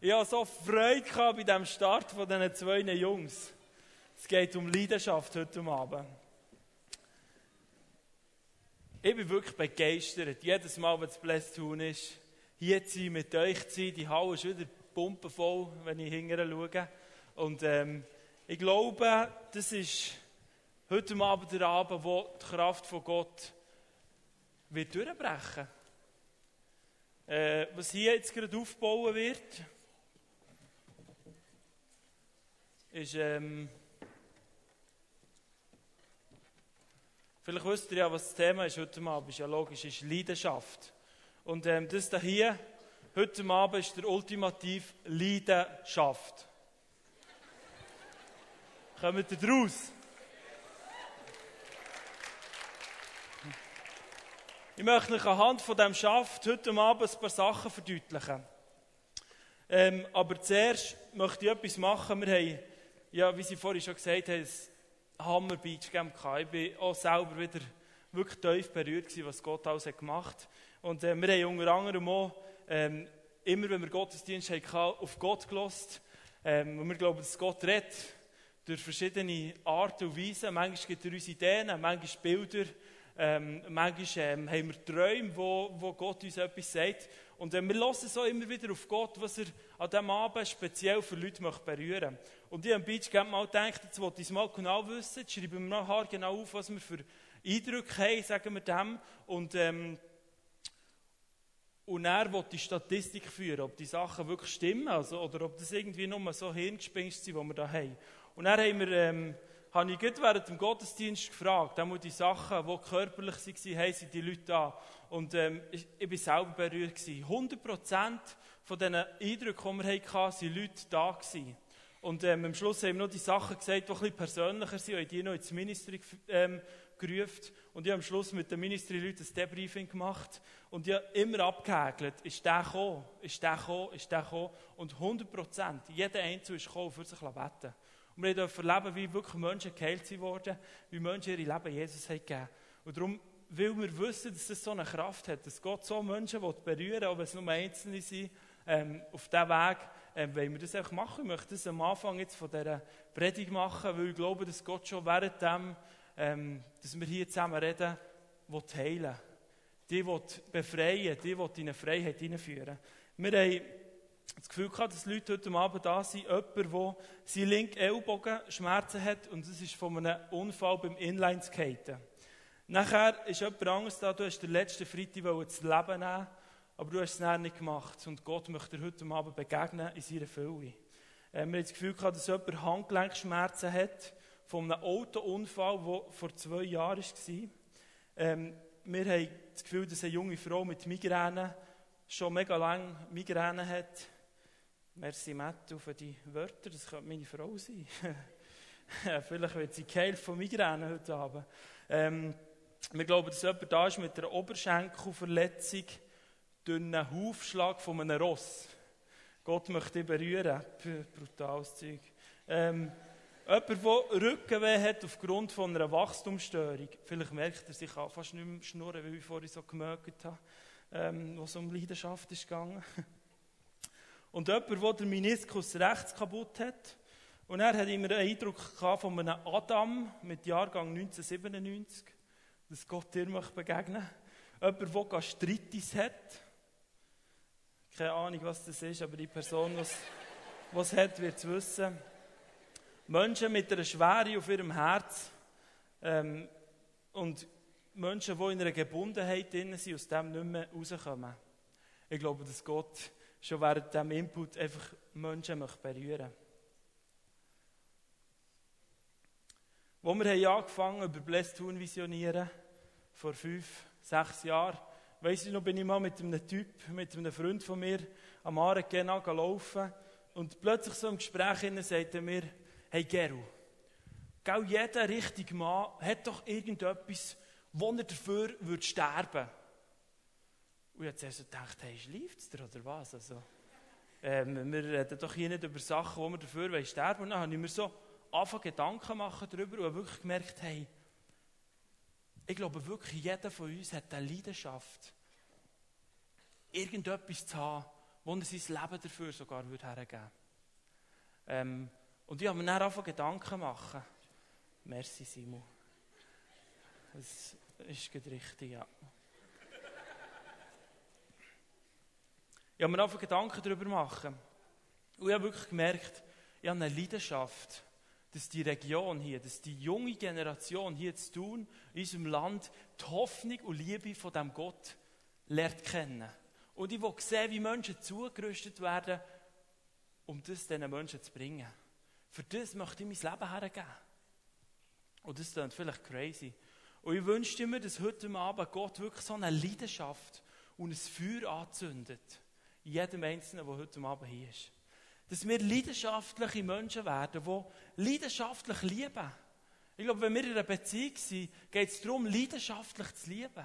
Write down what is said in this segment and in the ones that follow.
Ich hatte so Freude bei dem Start von diesen 2 Jungs. Es geht um Leidenschaft heute Abend. Ich bin wirklich begeistert. Jedes Mal, wenn es Blessed tun ist, hier zu sein, mit euch zu sein. Die Halle ist wieder pumpenvoll, wenn ich hinterher schaue. Und ich glaube, das ist heute Abend der Abend, wo die Kraft von Gott wird durchbrechen. Was hier jetzt gerade aufbauen wird, ist, vielleicht wisst ihr ja, was das Thema ist heute Abend, ist ja logisch, ist Leidenschaft. Und das hier, heute Abend ist der ultimative Leidenschaft. Kommt ihr raus? Ich möchte euch anhand von diesem Schaft heute Abend ein paar Sachen verdeutlichen. Aber zuerst möchte ich etwas machen. Wir haben, ja, wie Sie vorhin schon gesagt haben, ein Hammer-Beach gegeben. Ich bin auch selber wieder wirklich tief berührt gewesen, was Gott alles gemacht hat. Und wir haben unter anderem auch, immer wenn wir Gottesdienst hatten, auf Gott gehört. Und wir glauben, dass Gott redet durch verschiedene Arten und Weisen. Manchmal gibt er uns Ideen, manchmal Bilder. Manchmal haben wir Träume, wo Gott uns etwas sagt. Und wir hören so immer wieder auf Gott, was er an diesem Abend speziell für Leute berühren möchte. Und ich habe am Beach mal gedacht, jetzt wollte ich es mal genau wissen. Jetzt schreiben wir nachher genau auf, was wir für Eindrücke haben, sagen wir dem. Und er wollte die Statistik führen, ob die Sachen wirklich stimmen, also, oder ob das irgendwie nur so Hirngespinst sind, die wir da haben. Und dann habe ich gerade während dem Gottesdienst gefragt, einmal die Sachen, die körperlich waren, haben sie die Leute da. Und ich war selber berührt. 100% von diesen Eindrücken, die wir hatten, waren Leute da gewesen. Und am Schluss haben wir noch die Sachen gesagt, die ein bisschen persönlicher sind, und die noch ins Ministry gerufen. Und ich habe am Schluss mit den Ministry-Leuten ein Debriefing gemacht. Und ich habe immer abgehäkelt, ist der gekommen, ist der gekommen, ist der gekommen. Und 100%, jeder Einzelne ist gekommen, für sich beten. Und wir dürfen erleben, wie wirklich Menschen geheilt wurden, wie Menschen ihre Leben Jesus haben gegeben. Und darum, weil wir wissen, dass das so eine Kraft hat, dass Gott so Menschen berühren will, auch wenn es nur Einzelne sind, auf diesem Weg, wollen wir das einfach machen. Ich möchte das am Anfang jetzt von dieser Predigt machen, weil ich glaube, dass Gott schon während dem, dass wir hier zusammen reden, will heilen. Die will befreien, die will in eine Freiheit hineinführen. Wir haben das Gefühl gehabt, dass Leute heute Abend da sind, jemand, der seinen linken Ellbogen Schmerzen hat, und das ist von einem Unfall beim Inlineskaten. Nachher ist jemand anderes da, du hast den letzten Freitag das Leben nehmen, aber du hast es dann nicht gemacht. Und Gott möchte dir heute Abend begegnen in seiner Fülle. Wir haben das Gefühl gehabt, dass jemand Handgelenkschmerzen hat von einem Autounfall, der vor 2 Jahren war. Wir haben das Gefühl, dass eine junge Frau mit Migräne schon mega lange Migräne hat. Merci, Matthew, für die Wörter. Das könnte meine Frau sein. Vielleicht wird sie geheilt von Migräne heute Abend. Wir glauben, dass jemand da ist mit einer Oberschenkelverletzung durch einen Hufschlag von einem Ross. Gott möchte dich berühren. Brutales Zeug. Jemand, der Rückenweh hat aufgrund von einer Wachstumsstörung. Vielleicht merkt er sich fast nicht mehr schnurren, weil ich vorhin so gemögt habe, wo es um Leidenschaft ist gegangen. Und jemand, der den Meniskus rechts kaputt hat. Und er hat immer einen Eindruck von einem Adam mit Jahrgang 1997, dass Gott dir begegnen möchte. Jemand, der Gastritis hat. Keine Ahnung, was das ist, aber die Person, die es hat, wird es wissen. Menschen mit einer Schwere auf ihrem Herz. Und Menschen, die in einer Gebundenheit drin sind, aus dem nicht mehr rauskommen. Ich glaube, dass Gott schon während diesem Input einfach Menschen berühren möchte. Als wir angefangen über Blessed Tun visionieren, vor 5, 6 Jahren, weiss ich noch, bin ich mal mit einem Freund von mir am Aarengena laufen, und plötzlich so im Gespräch sagt er mir, hey Geru, jeder richtige Mann hat doch irgendetwas, wo er dafür sterben würde. Und ich habe zuerst gedacht, hey, schläft es dir oder was? Also, wir reden doch hier nicht über Sachen, wo wir dafür sterben wollen. Und dann habe ich mir so angefangen, Gedanken machen darüber und habe wirklich gemerkt, hey, ich glaube wirklich, jeder von uns hat eine Leidenschaft, irgendetwas zu haben, wo er sein Leben dafür sogar hergeben würde. Und ich habe mir dann angefangen Gedanken zu machen. Merci, Simon. Das ist gerade richtig, ja. Ich habe mir angefangen Gedanken darüber zu machen. Und ich habe wirklich gemerkt, ich habe eine Leidenschaft, dass die Region hier, dass die junge Generation hier zu tun, in unserem Land, die Hoffnung und Liebe von diesem Gott lernt kennen. Und ich will sehen, wie Menschen zugerüstet werden, um das diesen Menschen zu bringen. Für das möchte ich mein Leben hergeben. Und das klingt vielleicht crazy. Und ich wünschte mir, dass heute Abend Gott wirklich so eine Leidenschaft und ein Feuer anzündet. In jedem Einzelnen, der heute Abend hier ist. Dass wir leidenschaftliche Menschen werden, die leidenschaftlich lieben. Ich glaube, wenn wir in einer Beziehung sind, geht es darum, leidenschaftlich zu lieben.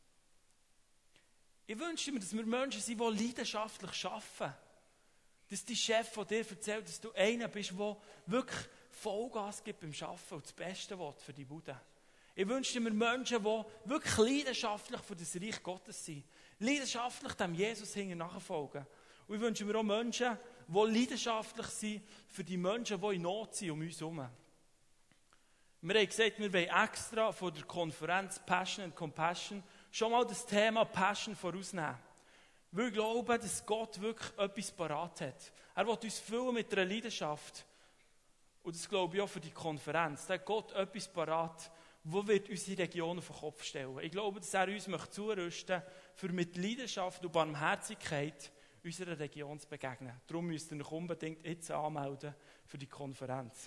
Ich wünsche mir, dass wir Menschen sind, die leidenschaftlich arbeiten. Dass dein Chef von dir erzählt, dass du einer bist, der wirklich Vollgas gibt beim Arbeiten und das Beste will für die Bude. Ich wünsche mir Menschen, die wirklich leidenschaftlich für das Reich Gottes sind. Leidenschaftlich dem Jesus nachfolgen. Und ich wünsche mir auch Menschen, die leidenschaftlich sind für die Menschen, die in Not sind um uns herum. Wir haben gesagt, wir wollen extra von der Konferenz Passion and Compassion schon mal das Thema Passion vorausnehmen. Weil ich glaube, dass Gott wirklich etwas parat hat. Er will uns füllen mit einer Leidenschaft. Und das glaube ich auch für die Konferenz. Da hat Gott etwas parat, wo wird unsere Region auf den Kopf stellen. Ich glaube, dass er uns zurüsten möchte, für mit Leidenschaft und Barmherzigkeit unserer Region zu begegnen. Darum müsst ihr euch unbedingt jetzt anmelden für die Konferenz.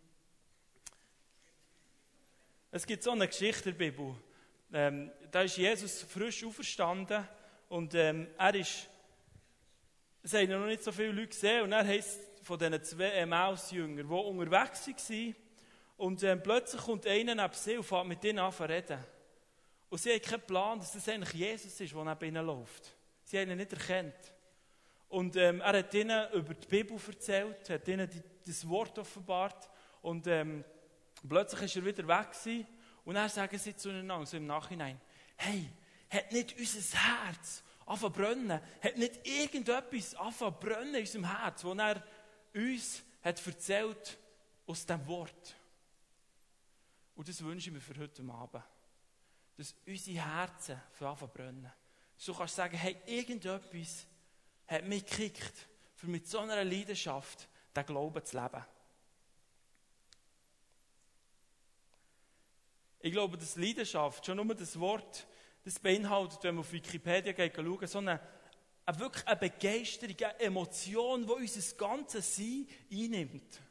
Es gibt so eine Geschichte in der Bibel. Da ist Jesus frisch auferstanden und es haben noch nicht so viele Leute gesehen und er heisst von diesen 2 Emmaus-Jüngern, die unterwegs waren und plötzlich kommt einer neben sie und fängt mit ihnen an zu reden. Und sie haben keinen Plan, dass das eigentlich Jesus ist, der neben ihnen läuft. Sie haben ihn nicht erkannt. Und er hat ihnen über die Bibel erzählt, hat ihnen das Wort offenbart und plötzlich ist er wieder weg gewesen. Und dann sagen sie zueinander, so im Nachhinein, hey, hat nicht unser Herz angefangen zu brennen? Hat nicht irgendetwas angefangen zu brennen in unserem Herz, wo er uns hat erzählt aus diesem Wort? Und das wünsche ich mir für heute Abend. Dass unsere Herzen anfangen zu brennen. So kannst du sagen, hey, irgendetwas hat mich gekickt, für mit so einer Leidenschaft den Glauben zu leben. Ich glaube, dass Leidenschaft, schon nur das Wort, das beinhaltet, wenn man auf Wikipedia geht, schauen, so wirklich eine Begeisterung, eine Emotion, die unser ganzes Sein einnimmt.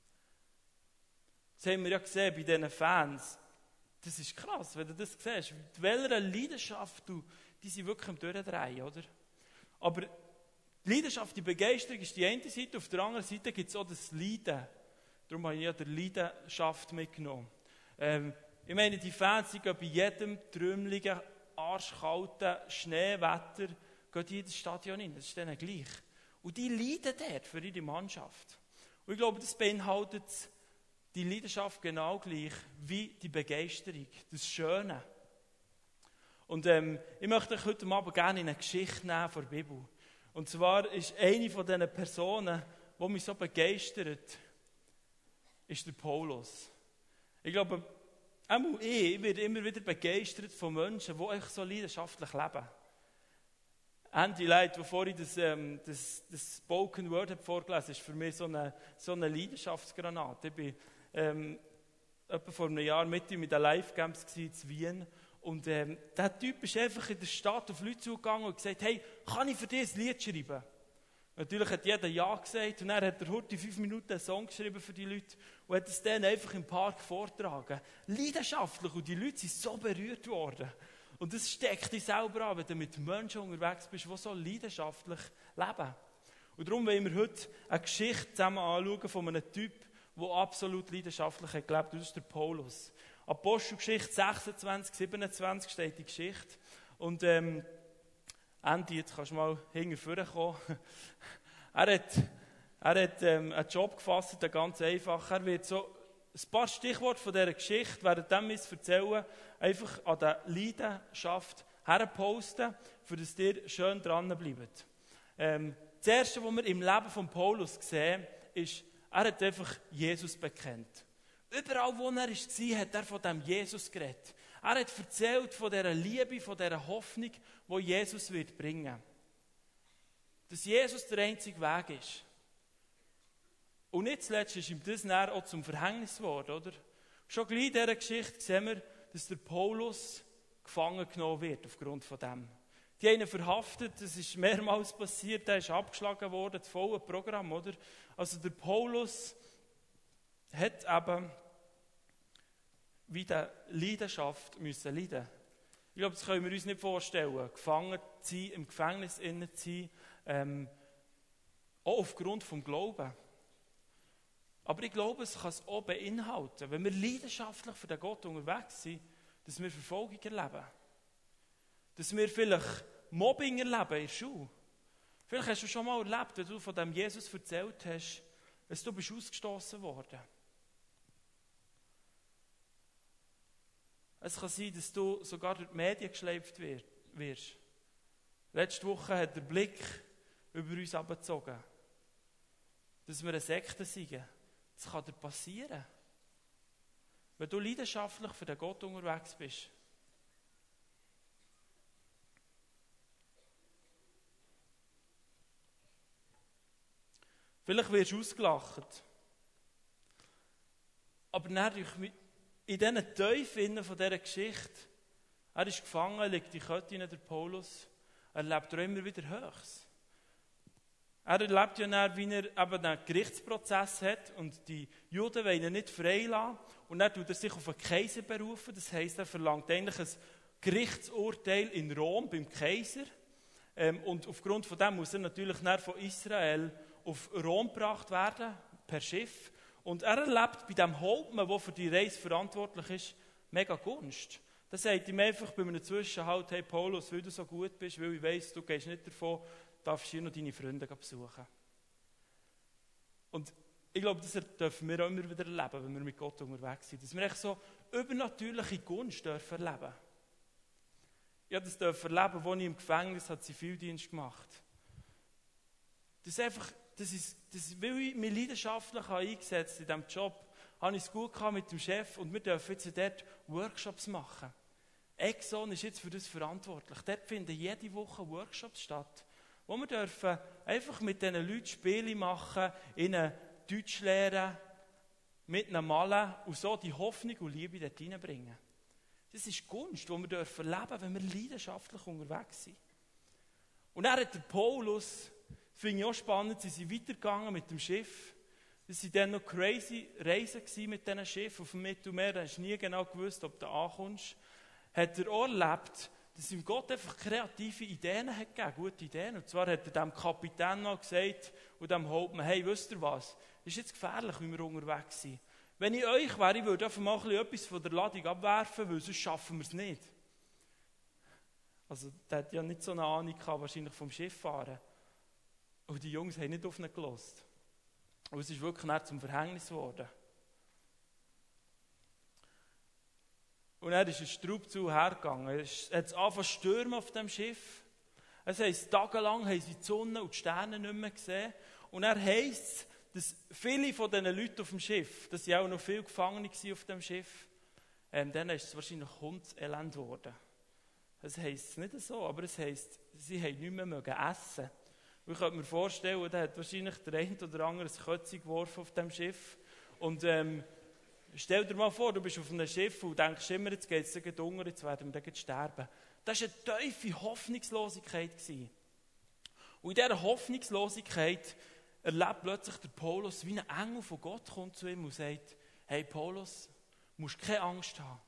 Das haben wir ja gesehen bei diesen Fans. Das ist krass, wenn du das siehst. Mit welcher Leidenschaft die sind wirklich am Durchdrehen, oder? Aber die Leidenschaft, die Begeisterung ist die eine Seite, auf der anderen Seite gibt es auch das Leiden. Darum habe ich ja die Leidenschaft mitgenommen. Ich meine, die Fans gehen bei jedem trümmeligen, arschkalten Schneewetter gehen die in das Stadion rein. Das ist denen gleich. Und die leiden dort für ihre Mannschaft. Und ich glaube, das beinhaltet die Leidenschaft genau gleich wie die Begeisterung, das Schöne. Und ich möchte euch heute Abend gerne eine Geschichte nehmen von der Bibel. Und zwar ist eine von diesen Personen, die mich so begeistert, ist der Paulus. Ich glaube, ich werde immer wieder begeistert von Menschen, die echt so leidenschaftlich leben. Andy Light, der vorhin das Spoken Word vorgelesen hat, ist für mich so eine Leidenschaftsgranate. Ich bin etwa vor einem Jahr mit ihm in den Live-Camps in Wien. Und der Typ ist einfach in der Stadt auf Leute zugegangen und gesagt, hey, kann ich für dich ein Lied schreiben? Natürlich hat jeder Ja gesagt und dann hat er heute 5 Minuten einen Song geschrieben für die Leute und hat es dann einfach im Park vorgetragen. Leidenschaftlich und die Leute sind so berührt worden. Und das steckt dich selber an, wenn du mit Menschen unterwegs bist, die so leidenschaftlich leben. Und darum wollen wir heute eine Geschichte zusammen anschauen von einem Typ, der absolut leidenschaftlich hat gelebt. Das ist der Paulus. Apostelgeschichte 26, 27 steht die Geschichte. Und Andy, jetzt kannst du mal hinten vorkommen. Er hat einen Job gefasst, ganz einfach. Er wird so ein paar Stichworte von dieser Geschichte, während wir es erzählen, einfach an der Leidenschaft herposten, für dass ihr schön dran bleibt. Das Erste, was wir im Leben von Paulus sehen, ist, er hat einfach Jesus bekennt. Überall, wo er war, hat er von dem Jesus geredet. Er hat erzählt von dieser Liebe, von dieser Hoffnung, die Jesus wird bringen. Dass Jesus der einzige Weg ist. Und nicht zuletzt ist ihm das dann auch zum Verhängnis geworden, oder? Schon gleich in dieser Geschichte sehen wir, dass der Paulus gefangen genommen wird aufgrund von dem. Die haben ihn verhaftet, das ist mehrmals passiert, er ist abgeschlagen worden, das volle Programm, oder? Also der Paulus hat eben wie die Leidenschaft müssen leiden. Ich glaube, das können wir uns nicht vorstellen, gefangen zu sein, im Gefängnis innen zu sein, auch aufgrund vom Glauben. Aber ich glaube, es kann es auch beinhalten, wenn wir leidenschaftlich für den Gott unterwegs sind, dass wir Verfolgung erleben. Dass wir vielleicht Mobbing erleben in der Schule. Vielleicht hast du schon mal erlebt, wenn du von dem Jesus erzählt hast, dass du bist ausgestoßen worden. Es kann sein, dass du sogar durch die Medien geschleift wirst. Letzte Woche hat der Blick über uns abgezogen, dass wir eine Sekte sind. Das kann dir passieren. Wenn du leidenschaftlich für den Gott unterwegs bist. Vielleicht wirst du ausgelacht. Aber dann in diesen Tiefen von dieser Geschichte, er ist gefangen, liegt die Kette in der Paulus, er lebt auch immer wieder Höchst. Er erlebt ja dann, wie er eben einen Gerichtsprozess hat und die Juden wollen ihn nicht freilassen. Und dann tut er sich auf einen Kaiser berufen. Das heisst, er verlangt eigentlich ein Gerichtsurteil in Rom beim Kaiser. Und aufgrund von dem muss er natürlich dann von Israel auf Rom gebracht werden, per Schiff. Und er erlebt bei dem Hauptmann, der für die Reise verantwortlich ist, mega Gunst. Der sagt ihm einfach bei einem Zwischenhalt: Hey Paulus, weil du so gut bist, weil ich weiss, du gehst nicht davon, darfst du noch deine Freunde besuchen. Und ich glaube, das dürfen wir auch immer wieder erleben, wenn wir mit Gott unterwegs sind. Dass wir echt so übernatürliche Gunst dürfen erleben. Ja, das dürfen erleben, als ich im Gefängnis Zivildienst gemacht habe. Weil ich mich leidenschaftlich eingesetzt habe in diesem Job, habe ich es gut gehabt mit dem Chef und wir dürfen jetzt dort Workshops machen. Exxon ist jetzt für das verantwortlich. Dort finden jede Woche Workshops statt, wo wir dürfen einfach mit diesen Leuten Spiele machen, ihnen Deutsch lehren, mit ihnen malen und so die Hoffnung und Liebe dort hineinbringen. Das ist Gunst, die wir dürfen erleben, wenn wir leidenschaftlich unterwegs sind. Und dann hat der Paulus, das finde ich auch spannend, sie sind weitergegangen mit dem Schiff. Das waren dann noch crazy Reisen mit diesen Schiffen auf dem Mittelmeer. Da hast du nie genau gewusst, ob du ankommst. Hat er auch erlebt, dass ihm Gott einfach kreative Ideen hat gegeben, gute Ideen. Und zwar hat er dem Kapitän noch gesagt und dem Hauptmann: Hey, wisst ihr was? Es ist jetzt gefährlich, wie wir unterwegs sind. Wenn ich euch wäre, ich würde einfach mal etwas von der Ladung abwerfen, weil sonst schaffen wir es nicht. Also, der hat ja nicht so eine Ahnung gehabt, wahrscheinlich vom Schifffahren. Und die Jungs haben nicht auf ihn gehört. Und es ist wirklich nicht zum Verhängnis geworden. Und dann ist ein Straub zu hergegangen. Es hat angefangen zu stürmen auf dem Schiff. Es heisst, tagelang haben sie die Sonne und die Sterne nicht mehr gesehen. Und dann heisst es, dass viele von diesen Leuten auf dem Schiff, dass sie auch noch viele Gefangene waren auf dem Schiff, dann ist es wahrscheinlich Hundelend geworden. Das heisst nicht so, aber es heisst, sie haben nicht mehr essen. Ich könnte mir vorstellen, da hat wahrscheinlich der eine oder andere ein Kötzi geworfen auf dem Schiff. Und stell dir mal vor, du bist auf einem Schiff und denkst immer, jetzt geht es dir unter, jetzt werden wir sterben. Das war eine tiefe Hoffnungslosigkeit. Und in dieser Hoffnungslosigkeit erlebt plötzlich der Paulus, wie ein Engel von Gott kommt zu ihm und sagt: Hey Paulus, du musst keine Angst haben.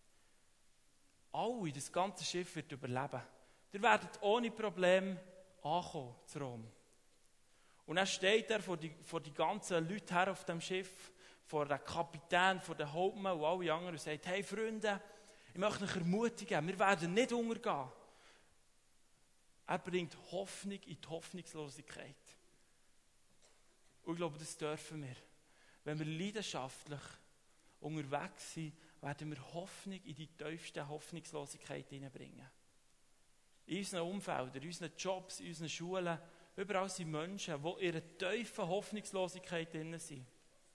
Alle, das ganze Schiff wird überleben. Ihr werdet ohne Probleme ankommen zu Rom. Und dann steht er vor die ganzen Leute her auf dem Schiff, vor dem Kapitän, vor dem Hauptmann und alle anderen und sagt: Hey Freunde, ich möchte euch ermutigen, wir werden nicht untergehen. Er bringt Hoffnung in die Hoffnungslosigkeit. Und ich glaube, das dürfen wir. Wenn wir leidenschaftlich unterwegs sind, werden wir Hoffnung in die tiefste Hoffnungslosigkeit hineinbringen. In unseren Umfeldern, in unseren Jobs, in unseren Schulen Überall sind Menschen, die in ihrer tiefen Hoffnungslosigkeit drin sind.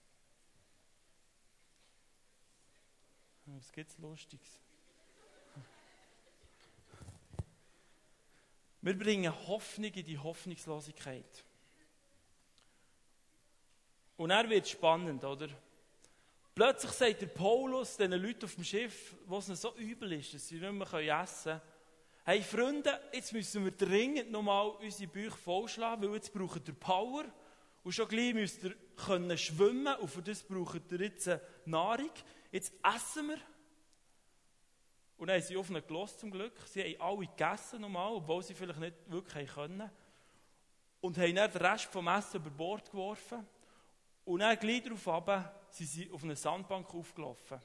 Was gibt es Lustiges? Wir bringen Hoffnung in die Hoffnungslosigkeit. Und dann wird es spannend, oder? Plötzlich sagt der Paulus den Leuten auf dem Schiff, wo es ihnen so übel ist, dass sie nicht mehr essen können: Hey Freunde, jetzt müssen wir dringend nochmal unsere Bäuche vollschlagen, weil jetzt braucht ihr Power. Und schon gleich müsst ihr können schwimmen, und für das braucht ihr jetzt Nahrung. Jetzt essen wir. Und dann haben sie auf ihn gehört, zum Glück. Sie haben alle gegessen nochmal, obwohl sie vielleicht nicht wirklich können. Und haben dann den Rest vom Essen über Bord geworfen. Und dann gleich darauf runter sind sie auf eine Sandbank aufgelaufen.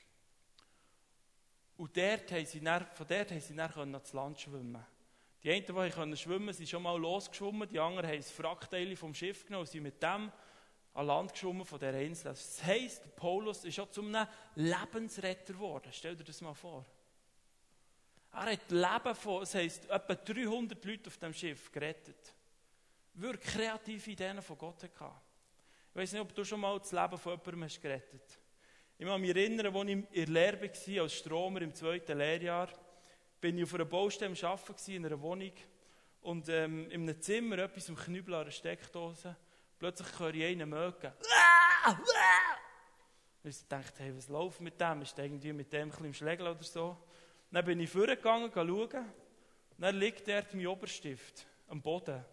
Und von dort haben sie dann ans Land schwimmen. Die einen, die schwimmen konnten, sind schon mal losgeschwommen. Die anderen haben das Frackteil vom Schiff genommen und sind mit dem an Land geschwommen von dieser Insel. Das heisst, Paulus ist schon zu einem Lebensretter geworden. Stell dir das mal vor. Er hat Leben von, es heisst, etwa 300 Leute auf dem Schiff gerettet. Wirklich kreative Ideen von Gott hatte. Ich weiss nicht, ob du schon mal das Leben von jemandem hast gerettet. Ich kann mich erinnern, als ich in der Lehre war, als Stromer im 2. Lehrjahr, bin ich auf einer Baustelle am Arbeiten in einer Wohnung und in einem Zimmer etwas am Knüppel an einer Steckdose. Plötzlich höre ich einen mögen. Ich dachte, hey, was läuft mit dem? Ist der irgendwie mit dem ein bisschen im Schlägel oder so? Dann bin ich vorgegangen, schauen. Dann liegt dort mein Oberstift am Boden.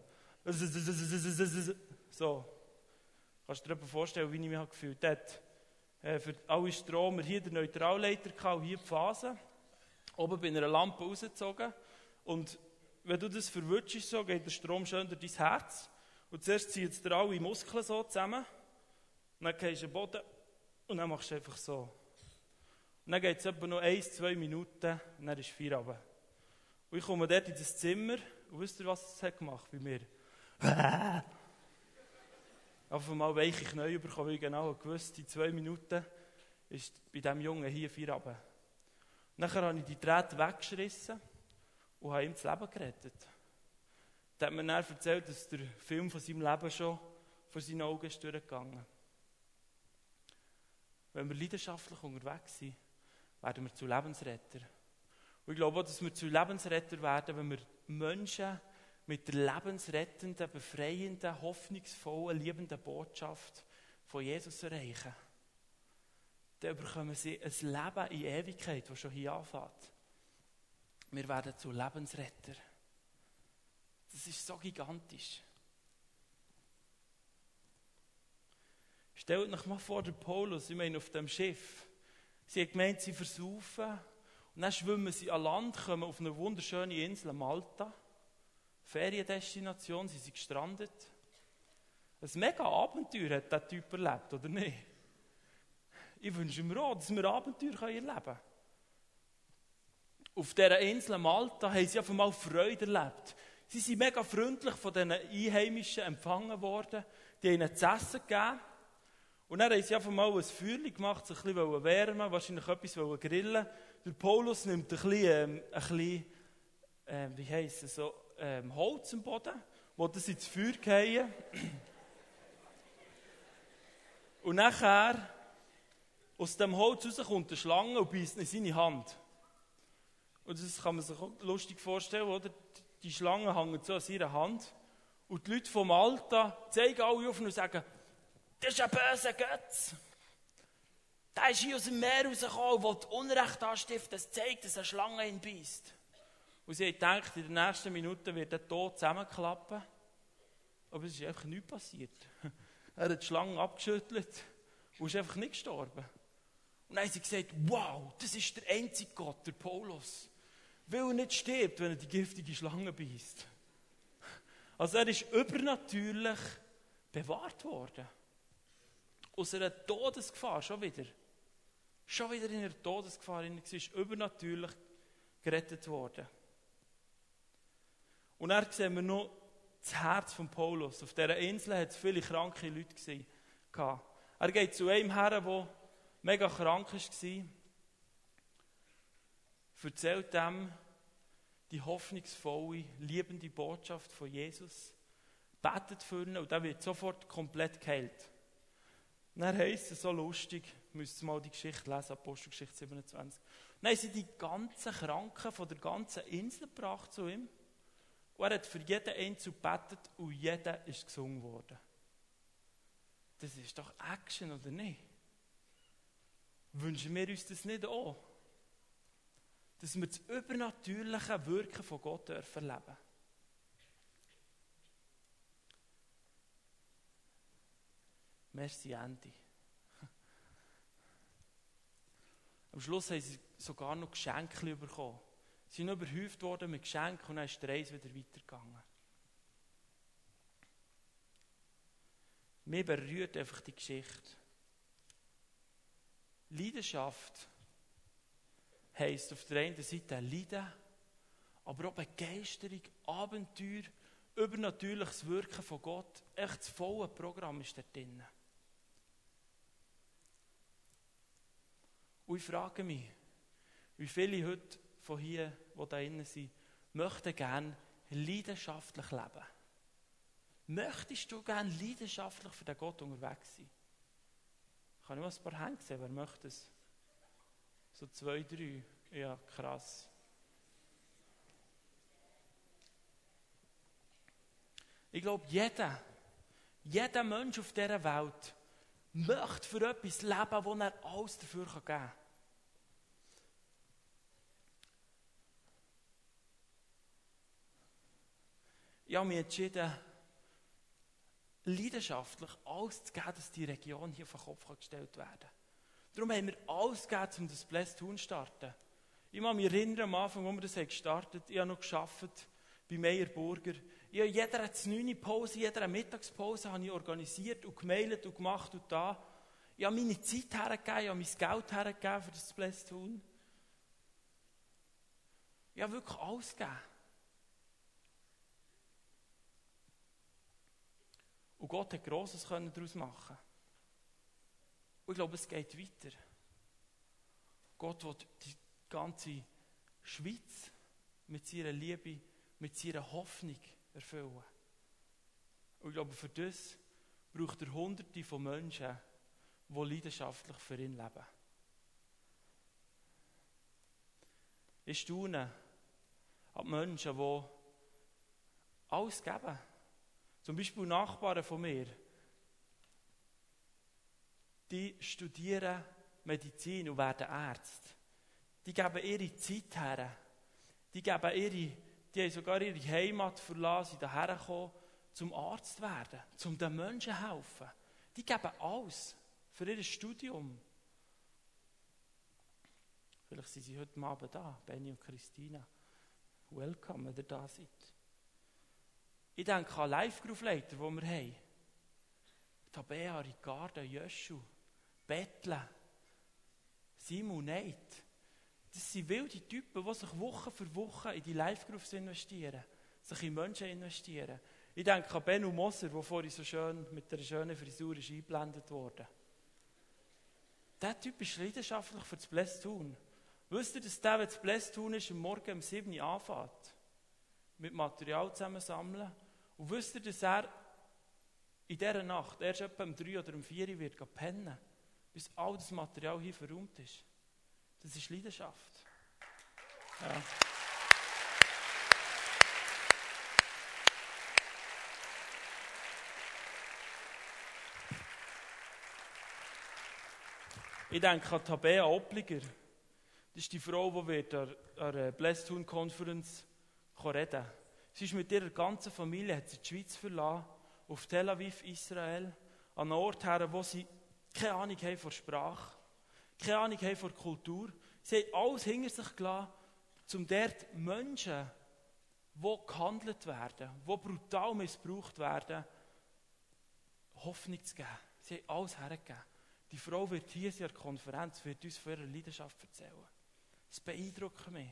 So. Kannst du dir vorstellen, wie ich mich gefühlt habe? Für alle Stromer hier der Neutralleiter und hier die Phase. Oben bei einer Lampe rausgezogen. Und wenn du das verwutschst, so, geht der Strom schön durch dein Herz. Und zuerst zieht es dir alle Muskeln so zusammen. Und dann gehst du den Boden und dann machst du einfach so. Und dann geht es etwa noch 1-2 Minuten und dann ist Feierabend. Und ich komme dort in das Zimmer und wisst ihr, was es hat gemacht bei mir? Auf einmal weiche Knie bekommen, weil ich genau gewusst, in 2 Minuten ist bei diesem Jungen hier Feierabend. Nachher habe ich die Drähte weggeschrissen und habe ihm das Leben gerettet. Er hat mir dann erzählt, dass der Film von seinem Leben schon vor seinen Augen ist durchgegangen. Wenn wir leidenschaftlich unterwegs sind, werden wir zu Lebensretter. Und ich glaube auch, dass wir zu Lebensretter werden, wenn wir Menschen mit der lebensrettenden, befreienden, hoffnungsvollen, liebenden Botschaft von Jesus erreichen. Dann bekommen sie ein Leben in Ewigkeit, das schon hier anfängt. Wir werden zu Lebensretter. Das ist so gigantisch. Stellt euch mal vor, der Paulus, ich meine auf dem Schiff. Sie hat gemeint, sie versaufen. Und dann schwimmen sie an Land, kommen auf eine wunderschöne Insel, Malta. Feriendestination, sie sind gestrandet. Ein mega Abenteuer hat dieser Typ erlebt, oder nicht? Ich wünsche mir auch, dass wir Abenteuer erleben können. Auf dieser Insel Malta haben sie auf einmal Freude erlebt. Sie sind mega freundlich von den Einheimischen empfangen worden. Die haben ihnen zu essen gegeben. Und dann haben sie auf einmal ein Feuer gemacht, sich ein bisschen wärmen, wahrscheinlich etwas grillen. Der Paulus nimmt ein bisschen wie heisst es, so, Holz am Boden, will das ins Feuer fallen. Und nachher, aus dem Holz rauskommt eine Schlange und beißt in seine Hand. Und das kann man sich auch lustig vorstellen, oder? Die Schlange hängt so an seiner Hand. Und die Leute vom Malta zeigen alle auf und sagen, das ist ein böser Götz. Der ist hier aus dem Meer rausgekommen und will Unrecht anstiften. Das zeigt, dass eine Schlange ihn beißt. Und sie haben gedacht, in den nächsten Minuten wird er tot zusammenklappen. Aber es ist einfach nichts passiert. Er hat die Schlange abgeschüttelt und ist einfach nicht gestorben. Und dann haben sie gesagt, wow, das ist der einzige Gott, der Paulus. Weil er nicht stirbt, wenn er die giftige Schlange beißt. Also er ist übernatürlich bewahrt worden. Aus einer Todesgefahr, schon wieder in einer Todesgefahr, ist übernatürlich gerettet worden. Und dann sehen wir noch das Herz von Paulus. Auf dieser Insel hat es viele kranke Leute gehabt. Er geht zu einem her, der mega krank war, erzählt dem die hoffnungsvolle, liebende Botschaft von Jesus. betet für ihn und der wird sofort komplett geheilt. Und dann heisst es so lustig, müsst ihr mal die Geschichte lesen, Apostelgeschichte 27. Dann haben sie die ganzen Kranken von der ganzen Insel gebracht zu ihm. Und er hat für jeden Einzelnen gebetet und jeder ist gesungen worden. Das ist doch Action, oder nicht? Wünschen wir uns das nicht auch? Dass wir das übernatürliche Wirken von Gott erleben dürfen. Merci, Andy. Am Schluss haben sie sogar noch Geschenke bekommen. Sie sind überhäuft worden mit Geschenken und dann ist die Reise wieder weitergegangen. Mir berührt einfach die Geschichte. Leidenschaft heisst auf der einen Seite Leiden, aber auch Begeisterung, Abenteuer, übernatürliches Wirken von Gott. Echt das volle Programm ist da drin. Und ich frage mich, wie viele heute von hier, die da drinnen sind, möchten gerne leidenschaftlich leben. Möchtest du gerne leidenschaftlich für den Gott unterwegs sein? Kann ich mal ein paar Hände sehen? Wer möchte es? So 2, 3. Ja, krass. Ich glaube, jeder Mensch auf dieser Welt möchte für etwas leben, wo er alles dafür geben kann. Ich habe mich entschieden, leidenschaftlich alles zu geben, dass die Region hier auf den Kopf gestellt werden kann. Darum haben wir alles gegeben, um das Blessed Tun zu starten. Ich kann mich erinnern, am Anfang, als wir das gestartet haben, ich habe noch gearbeitet bei Meyer Burger. Ich habe jeder 9 Pause, jeder Mittagspause habe ich organisiert und gemailt und gemacht und da. Ich habe meine Zeit hergegeben, ich habe mein Geld hergegeben für das Blessed Tun. Ich habe wirklich alles gegeben. Und Gott hat Grosses daraus machen. Und ich glaube, es geht weiter. Gott will die ganze Schweiz mit seiner Liebe, mit seiner Hoffnung erfüllen. Und ich glaube, für das braucht er Hunderte von Menschen, die leidenschaftlich für ihn leben. Ich staune an die Menschen, die alles geben. Zum Beispiel Nachbarn von mir, die studieren Medizin und werden Ärzte. Die geben ihre Zeit her. Die haben sogar ihre Heimat verlassen, hierher kommen, zum Arzt zu werden, um den Menschen zu helfen. Die geben alles für ihr Studium. Vielleicht sind sie heute Abend da, Benny und Christina. Welcome, wenn ihr da seid. Ich denke an Live-Groove-Leiter, die wir haben. Tabea, Ricardo, Jöschu, Bettle, Simon, Nate. Das sind wilde Typen, die sich Woche für Woche in die Live-Grooves investieren, sich in Menschen investieren. Ich denke an Benno Moser, der vorhin so schön mit einer schönen Frisur ist eingeblendet wurde. Dieser Typ ist leidenschaftlich für das Blessed Tun. Wisst ihr, dass der, wenn das Blessed Tun ist, am Morgen um 7 Uhr anfängt? Mit Material zusammensammeln. Und wisst ihr, dass er in dieser Nacht erst etwa um 3 oder um 4 Uhr wird pennen, bis all das Material hier verräumt ist? Das ist Leidenschaft. Ja. Ich denke an Tabea Oppliger. Das ist die Frau, die an der Blessed Tun Conference reden. Sie ist mit ihrer ganzen Familie, hat sie die Schweiz verlassen, auf Tel Aviv, Israel, an einen Ort her, wo sie keine Ahnung haben von Sprache, keine Ahnung haben von Kultur. Sie haben alles hinter sich gelassen, um dort Menschen, die gehandelt werden, die brutal missbraucht werden, Hoffnung zu geben. Sie haben alles hergegeben. Die Frau wird hier in der Konferenz, wird uns von ihrer Leidenschaft erzählen. Das beeindruckt mich.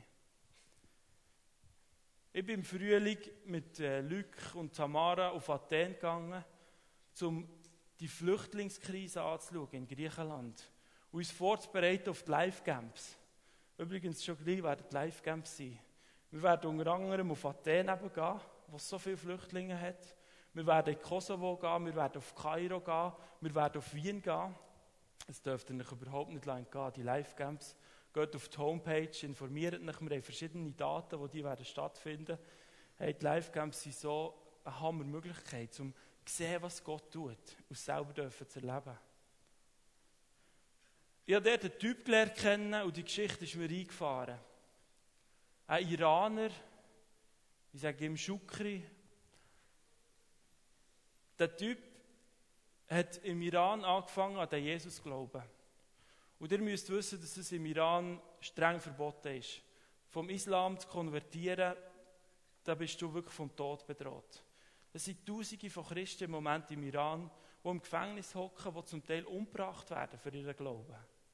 Ich bin im Frühling mit Luc und Tamara auf Athen gegangen, um die Flüchtlingskrise anzuschauen in Griechenland und uns vorzubereiten auf die Live-Camps. Übrigens, schon gleich werden die Live-Camps sein. Wir werden unter anderem auf Athen gehen, wo es so viele Flüchtlinge hat. Wir werden in Kosovo gehen, wir werden auf Kairo gehen, wir werden auf Wien gehen. Das dürft ihr euch überhaupt nicht entgehen, die Live-Camps. Geht auf die Homepage, informiert euch, wir haben verschiedene Daten, die werden stattfinden. Hey, die Live-Camps sind so eine Hammermöglichkeit, um zu sehen, was Gott tut und selber zu erleben. Ich habe dort einen Typ gelernt kennen und die Geschichte ist mir eingefahren. Ein Iraner, ich sage ihm Shukri. Der Typ hat im Iran angefangen an den Jesus zu glauben. Und ihr müsst wissen, dass es im Iran streng verboten ist. Vom Islam zu konvertieren, da bist du wirklich vom Tod bedroht. Es sind Tausende von Christen im Moment im Iran, die im Gefängnis hocken, die zum Teil umgebracht werden für ihren Glauben.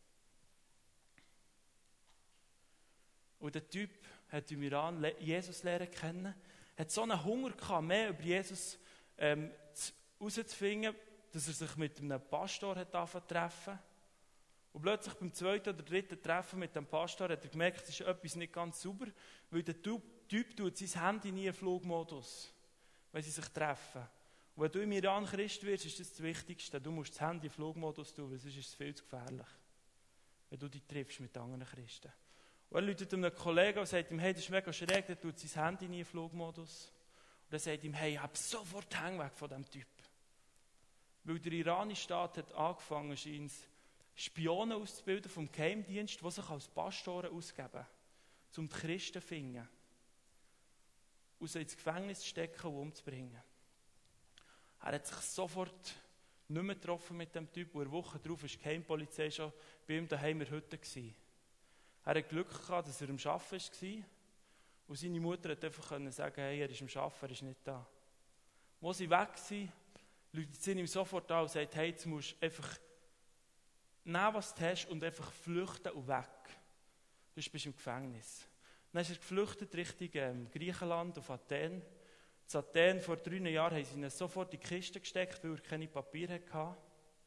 Und der Typ hat im Iran Jesus lernen kennen, hat so einen Hunger gehabt, mehr über Jesus herauszufinden, dass er sich mit einem Pastor hat treffen. Und plötzlich beim zweiten oder dritten Treffen mit dem Pastor hat er gemerkt, es ist etwas nicht ganz sauber, weil der Typ tut sein Handy nie in Flugmodus, wenn sie sich treffen. Und wenn du im Iran Christ wirst, ist das Wichtigste. Du musst das Handy in Flugmodus tun, weil sonst ist es viel zu gefährlich, wenn du dich triffst mit anderen Christen. Und er ruft einem Kollegen und sagt ihm, hey, das ist mega schräg, der tut sein Handy nie in Flugmodus. Und er sagt ihm, hey, ich habe sofort den Hang weg von diesem Typ. Weil der iranische Staat hat angefangen, scheint Spionen auszubilden vom Geheimdienst, die sich als Pastoren ausgeben, um die Christen zu finden, und sie ins Gefängnis zu stecken und umzubringen. Er hat sich sofort nicht mehr getroffen mit dem Typ, und eine Woche darauf war die Geheimpolizei schon bei ihm daheim in der Hütte. Er hatte Glück gehabt, dass er am Arbeiten war, und seine Mutter konnte einfach sagen, hey, er ist am Arbeiten, er ist nicht da. Als sie weg waren, läutet sie ihm sofort an und sagt, hey, jetzt musst du einfach nehmen, was du hast, und einfach flüchten und weg. Du bist im Gefängnis. Dann ist er geflüchtet Richtung Griechenland, auf Athen. In Athen vor 3 Jahren haben sie ihn sofort in die Kiste gesteckt, weil er keine Papiere hatte.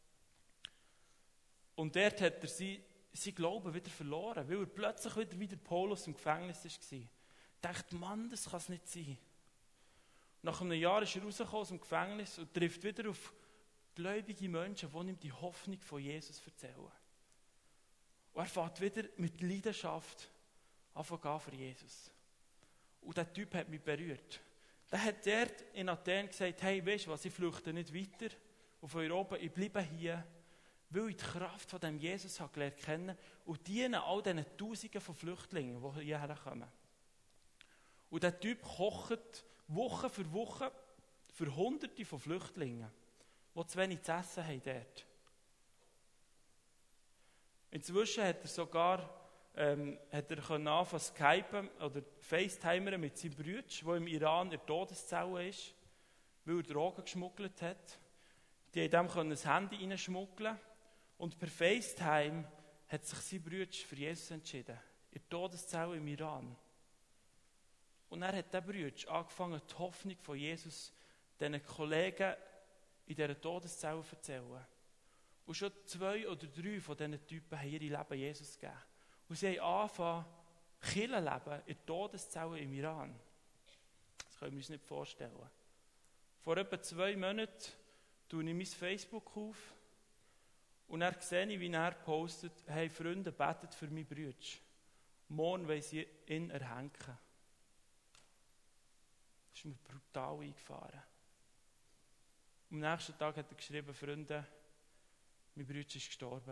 Und dort hat er sein Glauben wieder verloren, weil er plötzlich wieder wie der Paulus im Gefängnis war. Er dachte, Mann, das kann es nicht sein. Nach einem Jahr ist er rausgekommen aus dem Gefängnis und trifft wieder auf gläubige Menschen, die ihm die Hoffnung von Jesus erzählen. Und er fährt wieder mit Leidenschaft anfangen für Jesus. Und der Typ hat mich berührt. Der hat dort in Athen gesagt, hey, weißt du was, ich flüchte nicht weiter auf Europa, ich bleibe hier, weil ich die Kraft von dem Jesus habe gelernt kennen und diene all diesen Tausenden von Flüchtlingen, die hierher kommen. Und der Typ kocht Woche für Woche für Hunderte von Flüchtlingen, die zu wenig zu essen haben dort. Inzwischen hat er sogar angefangen zu skypen oder FaceTimern mit seinem Bruder, der im Iran in der Todeszelle ist, weil er Drogen geschmuggelt hat. Die konnten ihm das Handy reinschmuggeln und per FaceTime hat sich sein Bruder für Jesus entschieden. In der Todeszelle im Iran. Und dann hat der Bruder angefangen, die Hoffnung von Jesus diesen Kollegen in dieser Todeszelle zu erzählen. Und schon 2 oder 3 von diesen Typen haben ihr Leben Jesus gegeben. Und sie haben angefangen, Kirchenleben in der Todeszelle im Iran. Das können wir uns nicht vorstellen. Vor etwa 2 Monaten tue ich mein Facebook auf und dann sehe ich, wie er postet, hey Freunde, betet für meinen Bruder. Morgen wollen sie ihn erhängen. Das ist mir brutal eingefahren. Am nächsten Tag hat er geschrieben, Freunde, mein Bruder ist gestorben.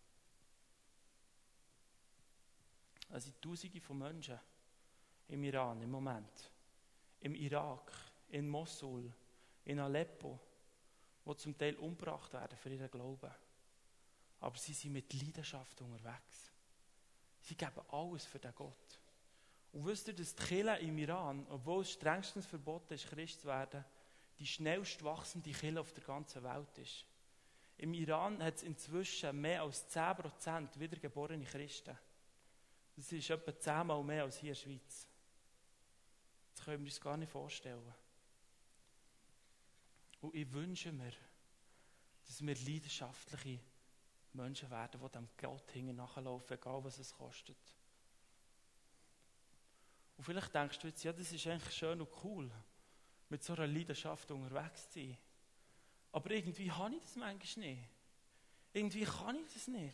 Es sind Tausende von Menschen im Iran im Moment, im Irak, in Mosul, in Aleppo, die zum Teil umgebracht werden für ihren Glauben. Aber sie sind mit Leidenschaft unterwegs. Sie geben alles für den Gott. Und wisst ihr, dass die Kirche im Iran, obwohl es strengstens verboten ist, Christ zu werden, die schnellst wachsende Kirche auf der ganzen Welt ist. Im Iran hat es inzwischen mehr als 10% wiedergeborene Christen. Das ist etwa 10-mal mehr als hier in der Schweiz. Das können wir uns gar nicht vorstellen. Und ich wünsche mir, dass wir leidenschaftliche Menschen werden, die dem Gott hinten nachlaufen, egal was es kostet. Und vielleicht denkst du jetzt, ja, das ist eigentlich schön und cool. mit so einer Leidenschaft unterwegs zu sein. Aber irgendwie habe ich das manchmal nicht. Irgendwie kann ich das nicht.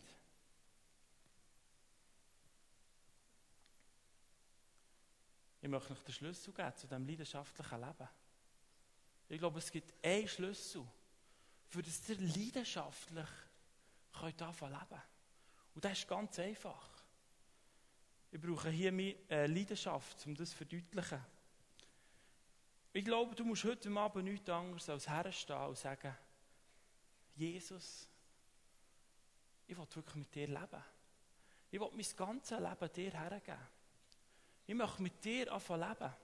Ich möchte euch den Schlüssel geben zu diesem leidenschaftlichen Leben. Ich glaube, es gibt einen Schlüssel, für das ihr leidenschaftlich könnt anfangen zu leben. Und das ist ganz einfach. Ich brauche hier meine Leidenschaft, um das zu verdeutlichen. Ich glaube, du musst heute Abend nichts anderes als herstehen und sagen, Jesus, ich will wirklich mit dir leben. Ich will mein ganzes Leben dir hergeben. Ich möchte mit dir anfangen zu leben.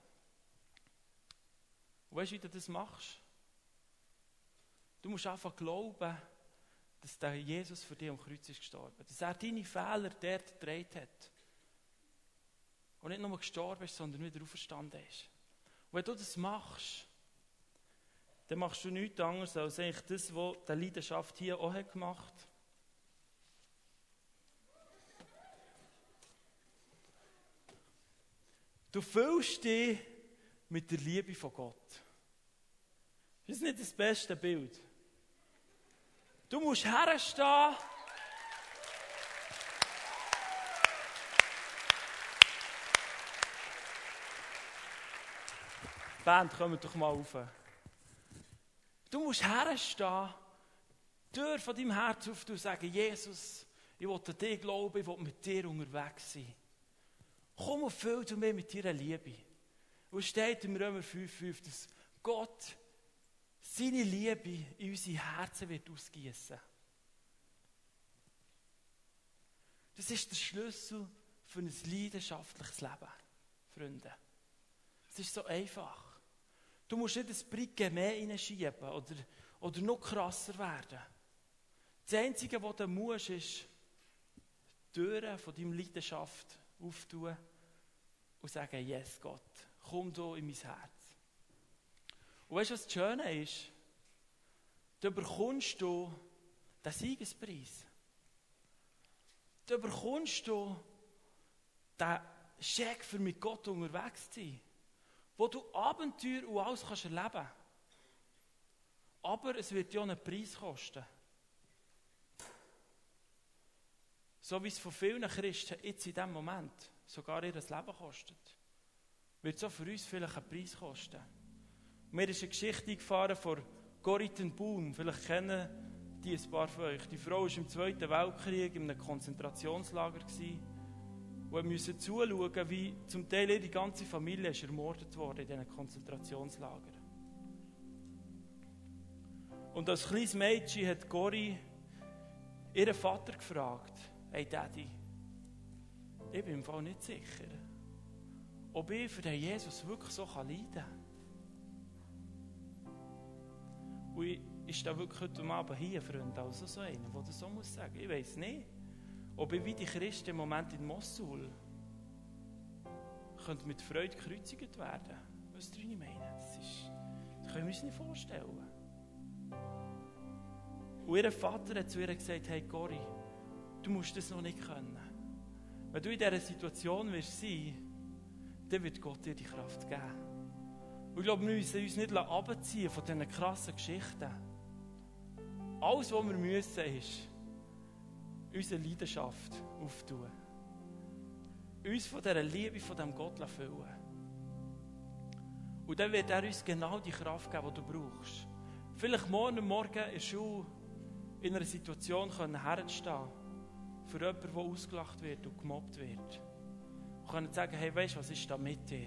Und weißt du, wie du das machst? Du musst einfach glauben, dass der Jesus für dich am Kreuz ist gestorben. Dass er deine Fehler dort getragen hat. Und nicht nur gestorben ist, sondern wieder auferstanden ist. Und wenn du das machst, dann machst du nichts anderes als eigentlich das, was die Leidenschaft hier auch gemacht hat. Du fühlst dich mit der Liebe von Gott. Das ist nicht das beste Bild. Du musst herstehen. Band, kommt doch mal rauf. Du musst herstehen, die Tür von deinem Herz öffnen und sagen, Jesus, ich will an dich glauben, ich will mit dir unterwegs sein. Komm und füll du mich mit deiner Liebe. Und es steht im Römer 5,5, dass Gott seine Liebe in unsere Herzen wird ausgießen. Das ist der Schlüssel für ein leidenschaftliches Leben, Freunde. Es ist so einfach. Du musst nicht ein Brique mehr hineinschieben oder noch krasser werden. Das Einzige, was du musst, ist die Türen von deiner Leidenschaft auftun und sagen, yes Gott, komm du in mein Herz. Und weißt du, was das Schöne ist? Du bekommst den Siegespreis. Du bekommst den Scheck für mit Gott unterwegs zu sein, wo du Abenteuer und alles kannst erleben. Aber es wird ja einen Preis kosten. So wie es von vielen Christen jetzt in diesem Moment sogar ihr Leben kostet, wird es auch für uns vielleicht einen Preis kosten. Mir ist eine Geschichte eingefahren von Corrie ten Boom. Vielleicht kennen die ein paar von euch. Die Frau war im Zweiten Weltkrieg in einem Konzentrationslager und musste zuschauen, wie zum Teil ihre ganze Familie ist ermordet wurde in diesen Konzentrationslagern. Und als kleines Mädchen hat Corrie ihren Vater gefragt, hey Daddy, ich bin im Fall nicht sicher, ob ich für den Jesus wirklich so leiden kann. Und ist da wirklich heute Abend hier, Freunde, also so einer, der das so muss sagen? Ich weiss nicht, ob ich wie die Christen im Moment in Mossul könnte mit Freude gekreuzigt werden. Was ich meine? Das können wir uns nicht vorstellen. Und ihr Vater hat zu ihr gesagt, hey Corrie, du musst das noch nicht können. Wenn du in dieser Situation wirst sein, dann wird Gott dir die Kraft geben. Und ich glaube, wir müssen uns nicht runterziehen von diesen krassen Geschichten. Alles, was wir müssen, ist unsere Leidenschaft auftun. Uns von dieser Liebe, von diesem Gott füllen. Und dann wird er uns genau die Kraft geben, die du brauchst. Vielleicht morgen in der Schule in einer Situation herzustehen, für jemanden, der ausgelacht wird und gemobbt wird. Und können sagen, hey, weißt du, was ist da mit dir?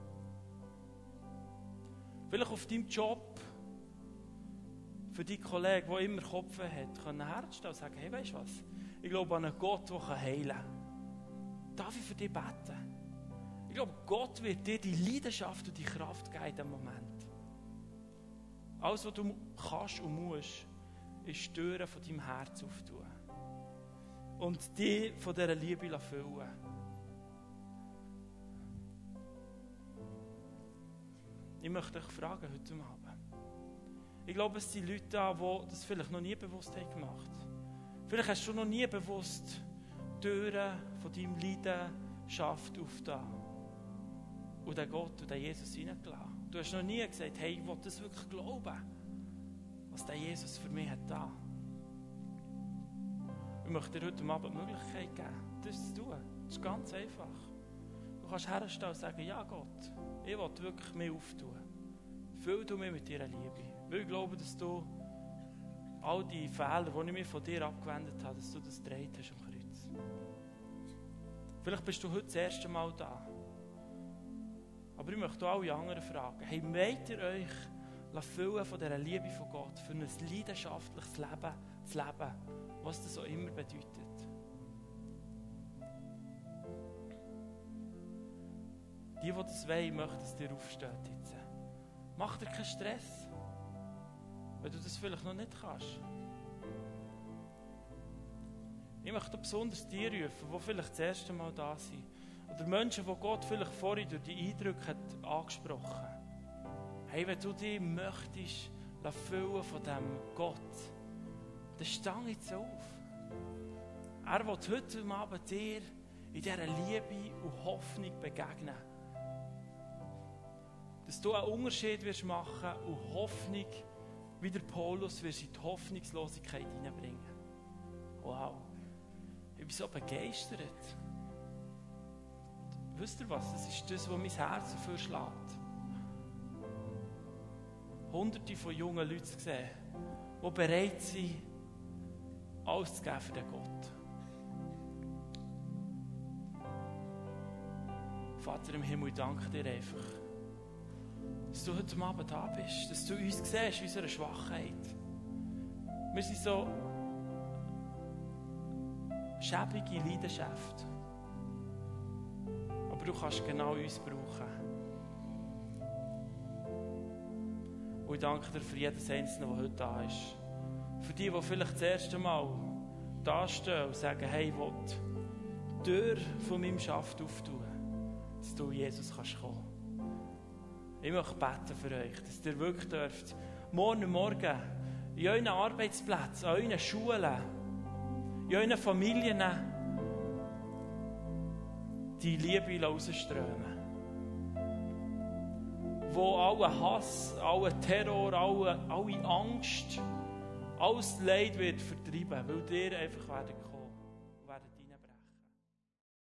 Vielleicht auf deinem Job, für die Kollegen, der immer Kopf hat, können herzustehen und sagen, hey, weißt du was? Ich glaube an einen Gott, der heilen kann. Darf ich für dich beten? Ich glaube, Gott wird dir die Leidenschaft und die Kraft geben in diesem Moment. Alles, was du kannst und musst, ist die Türen von deinem Herz auftun. Und dich von dieser Liebe füllen. Ich möchte dich fragen heute Abend. Ich glaube, es sind Leute da, die das vielleicht noch nie bewusst haben gemacht. Vielleicht hast du noch nie bewusst die Türen von deinem Leidenschaft aufgetan. Und den Gott und den Jesus hineingelassen. Du hast noch nie gesagt, hey, ich will das wirklich glauben, was der Jesus für mich hat da. Ich möchte dir heute Abend die Möglichkeit geben, das zu tun. Das ist ganz einfach. Du kannst herstehen und sagen, ja Gott, ich will wirklich mich auftun. Füll du mich mit deiner Liebe. Weil ich glaube, dass du all die Fehler, die ich mir von dir abgewendet habe, dass du das gedreht hast am Kreuz. Vielleicht bist du heute das erste Mal da. Aber ich möchte auch alle anderen fragen, hey, wollt ihr euch füllen von dieser Liebe von Gott, für ein leidenschaftliches Leben zu leben, was das auch immer bedeutet? Die das wollen, möchten, dass ihr aufsteht jetzt. Mach dir keinen Stress, wenn du das vielleicht noch nicht kannst. Ich möchte besonders die rufen, die vielleicht das erste Mal da sind. Oder Menschen, die Gott vielleicht vorhin durch die Eindrücke hat angesprochen. Hey, wenn du dich möchtest füllen von diesem Gott, dann steh jetzt auf. Er will heute Abend dir in dieser Liebe und Hoffnung begegnen. Dass du einen Unterschied wirst machen und Hoffnung, wie der Paulus, wirst in die Hoffnungslosigkeit hineinbringen. Wow. Ich bin so begeistert. Wisst ihr was? Das ist das, was mein Herz dafür schlägt. Hunderte von jungen Leuten zu sehen, die bereit sind, alles zu geben für den Gott. Vater im Himmel, ich danke dir einfach, dass du heute Abend da bist, dass du uns siehst, unsere Schwachheit. Wir sind so schäbige Leidenschaft. Aber du kannst genau uns brauchen. Und ich danke dir für jedes Einzelne, der heute da ist. Für die vielleicht das erste Mal da stehen und sagen, hey, ich will die Tür von meinem Schaft auftun, dass du, Jesus, kannst kommen. Ich möchte beten für euch, dass ihr wirklich dürft, morgen in euren Arbeitsplätzen, an euren Schulen, in euren Familien die Liebe rausströmen. Wo aller Hass, aller Terror, alle Angst, alles Leid wird vertreiben, weil dir einfach werden kommen.